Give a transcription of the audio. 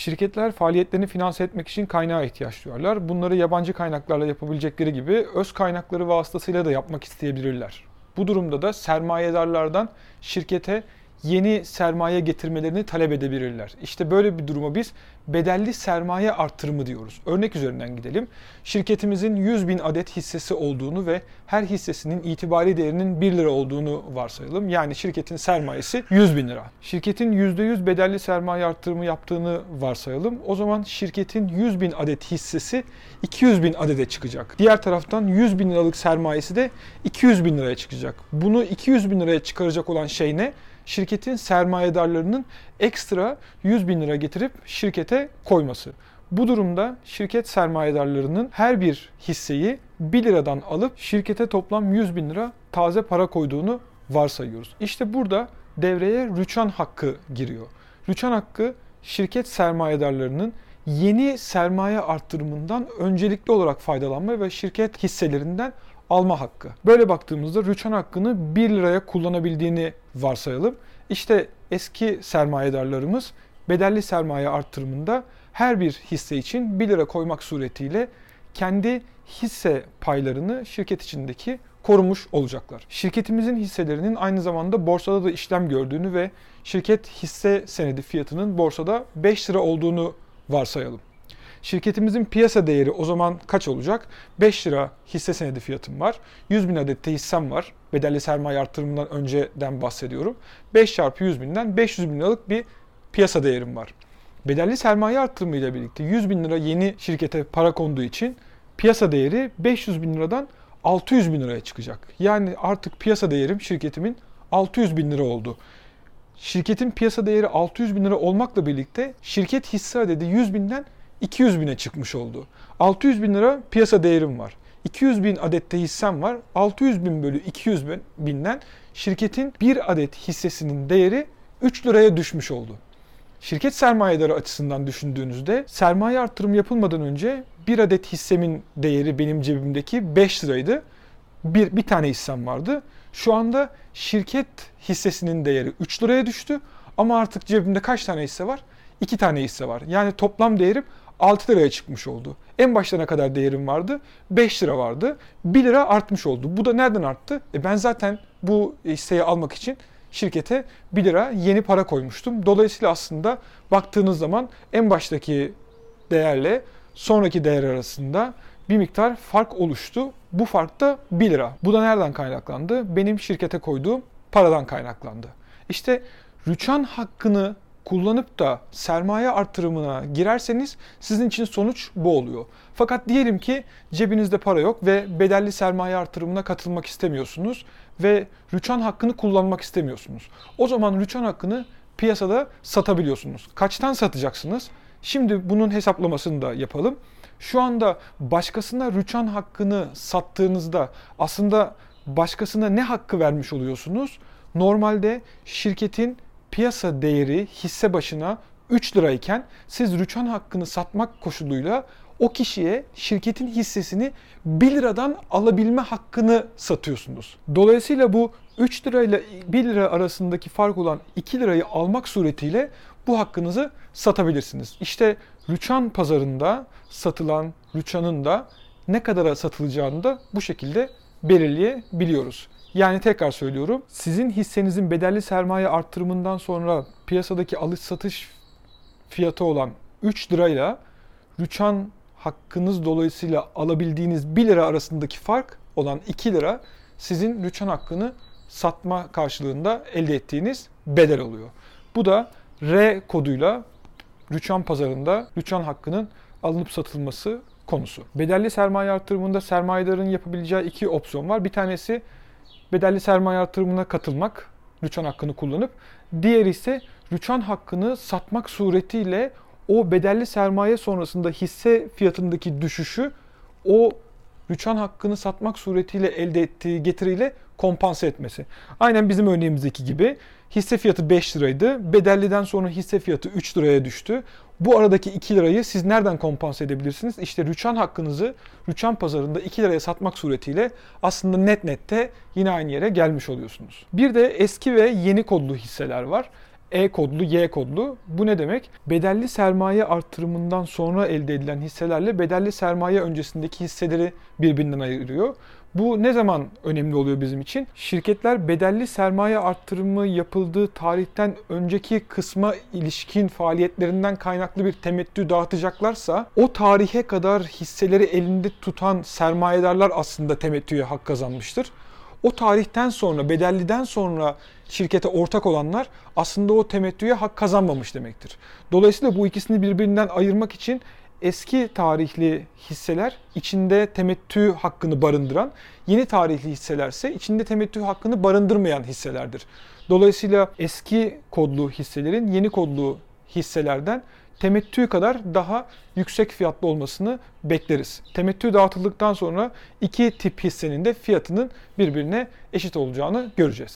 Şirketler faaliyetlerini finanse etmek için kaynağa ihtiyaç duyarlar. Bunları yabancı kaynaklarla yapabilecekleri gibi öz kaynakları vasıtasıyla da yapmak isteyebilirler. Bu durumda da sermayedarlardan şirkete yeni sermaye getirmelerini talep edebilirler. İşte böyle bir duruma biz bedelli sermaye artırımı diyoruz. Örnek üzerinden gidelim. Şirketimizin 100 bin adet hissesi olduğunu ve her hissesinin itibari değerinin 1 lira olduğunu varsayalım. Yani şirketin sermayesi 100 bin lira. Şirketin %100 bedelli sermaye artırımı yaptığını varsayalım. O zaman şirketin 100 bin adet hissesi 200 bin adede çıkacak. Diğer taraftan 100 bin liralık sermayesi de 200 bin liraya çıkacak. Bunu 200 bin liraya çıkaracak olan şey ne? Şirketin sermayedarlarının ekstra 100 bin lira getirip şirkete koyması. Bu durumda şirket sermayedarlarının her bir hisseyi 1 liradan alıp şirkete toplam 100 bin lira taze para koyduğunu varsayıyoruz. İşte burada devreye rüçhan hakkı giriyor. Rüçhan hakkı şirket sermayedarlarının yeni sermaye arttırımından öncelikli olarak faydalanma ve şirket hisselerinden alma hakkı. Böyle baktığımızda rüçhan hakkını 1 liraya kullanabildiğini varsayalım. İşte eski sermayedarlarımız bedelli sermaye arttırımında her bir hisse için 1 lira koymak suretiyle kendi hisse paylarını şirket içindeki korumuş olacaklar. Şirketimizin hisselerinin aynı zamanda borsada da işlem gördüğünü ve şirket hisse senedi fiyatının borsada 5 lira olduğunu varsayalım. Şirketimizin piyasa değeri o zaman kaç olacak? 5 lira hisse senedi fiyatım var. 100 bin adet de hissem var. Bedelli sermaye artırımından önceden bahsediyorum. 5 çarpı 100 binden 500 bin liralık bir piyasa değerim var. Bedelli sermaye artırımı ile birlikte 100 bin lira yeni şirkete para konduğu için piyasa değeri 500 bin liradan 600 bin liraya çıkacak. Yani artık piyasa değerim şirketimin 600 bin lira oldu. Şirketin piyasa değeri 600 bin lira olmakla birlikte şirket hisse adedi 100 binden 200 bine çıkmış oldu. 600 bin lira piyasa değerim var. 200 bin adette hissem var. 600 bin bölü 200 binden şirketin bir adet hissesinin değeri 3 liraya düşmüş oldu. Şirket sermayedarı açısından düşündüğünüzde sermaye artırımı yapılmadan önce bir adet hissemin değeri benim cebimdeki 5 liraydı. Bir tane hissem vardı. Şu anda şirket hissesinin değeri 3 liraya düştü. Ama artık cebimde kaç tane hisse var? 2 tane hisse var. Yani toplam değerim 6 liraya çıkmış oldu. En başta ne kadar değerim vardı? 5 lira vardı. 1 lira artmış oldu. Bu da nereden arttı? Ben zaten bu hisseyi almak için şirkete 1 lira yeni para koymuştum. Dolayısıyla aslında baktığınız zaman en baştaki değerle sonraki değer arasında bir miktar fark oluştu. Bu fark da 1 lira. Bu da nereden kaynaklandı? Benim şirkete koyduğum paradan kaynaklandı. İşte rüçhan hakkını kullanıp da sermaye artırımına girerseniz sizin için sonuç bu oluyor. Fakat diyelim ki cebinizde para yok ve bedelli sermaye artırımına katılmak istemiyorsunuz ve rüçhan hakkını kullanmak istemiyorsunuz. O zaman rüçhan hakkını piyasada satabiliyorsunuz. Kaçtan satacaksınız? Şimdi bunun hesaplamasını da yapalım. Şu anda başkasına rüçhan hakkını sattığınızda aslında başkasına ne hakkı vermiş oluyorsunuz? Normalde şirketin piyasa değeri hisse başına 3 lirayken siz rüçhan hakkını satmak koşuluyla o kişiye şirketin hissesini 1 liradan alabilme hakkını satıyorsunuz. Dolayısıyla bu 3 lirayla 1 lira arasındaki fark olan 2 lirayı almak suretiyle bu hakkınızı satabilirsiniz. İşte rüçhan pazarında satılan rüçhanın da ne kadara satılacağını da bu şekilde belirleyebiliyoruz. Yani tekrar söylüyorum, sizin hissenizin bedelli sermaye arttırımından sonra piyasadaki alış satış fiyatı olan 3 lirayla rüçhan hakkınız dolayısıyla alabildiğiniz 1 lira arasındaki fark olan 2 lira sizin rüçhan hakkını satma karşılığında elde ettiğiniz bedel oluyor. Bu da R koduyla rüçhan pazarında rüçhan hakkının alınıp satılması konusu. Bedelli sermaye artırımında sermayedarın yapabileceği 2 opsiyon var. Bir tanesi bedelli sermaye artırımına katılmak, rüçhan hakkını kullanıp, diğeri ise rüçhan hakkını satmak suretiyle o bedelli sermaye sonrasında hisse fiyatındaki düşüşü o rüçhan hakkını satmak suretiyle elde ettiği getiriyle kompanse etmesi. Aynen bizim örneğimizdeki gibi hisse fiyatı 5 liraydı. Bedelliden sonra hisse fiyatı 3 liraya düştü. Bu aradaki 2 lirayı siz nereden kompanse edebilirsiniz? İşte rüçhan hakkınızı rüçhan pazarında 2 liraya satmak suretiyle aslında nette yine aynı yere gelmiş oluyorsunuz. Bir de eski ve yeni kodlu hisseler var. E kodlu, Y kodlu. Bu ne demek? Bedelli sermaye artırımından sonra elde edilen hisselerle bedelli sermaye öncesindeki hisseleri birbirinden ayırıyor. Bu ne zaman önemli oluyor bizim için? Şirketler bedelli sermaye arttırımı yapıldığı tarihten önceki kısma ilişkin faaliyetlerinden kaynaklı bir temettü dağıtacaklarsa o tarihe kadar hisseleri elinde tutan sermayedarlar aslında temettüye hak kazanmıştır. O tarihten sonra, bedelliden sonra şirkete ortak olanlar aslında o temettüye hak kazanmamış demektir. Dolayısıyla bu ikisini birbirinden ayırmak için eski tarihli hisseler içinde temettü hakkını barındıran, yeni tarihli hisselerse içinde temettü hakkını barındırmayan hisselerdir. Dolayısıyla eski kodlu hisselerin yeni kodlu hisselerden temettü kadar daha yüksek fiyatlı olmasını bekleriz. Temettü dağıtıldıktan sonra iki tip hissenin de fiyatının birbirine eşit olacağını göreceğiz.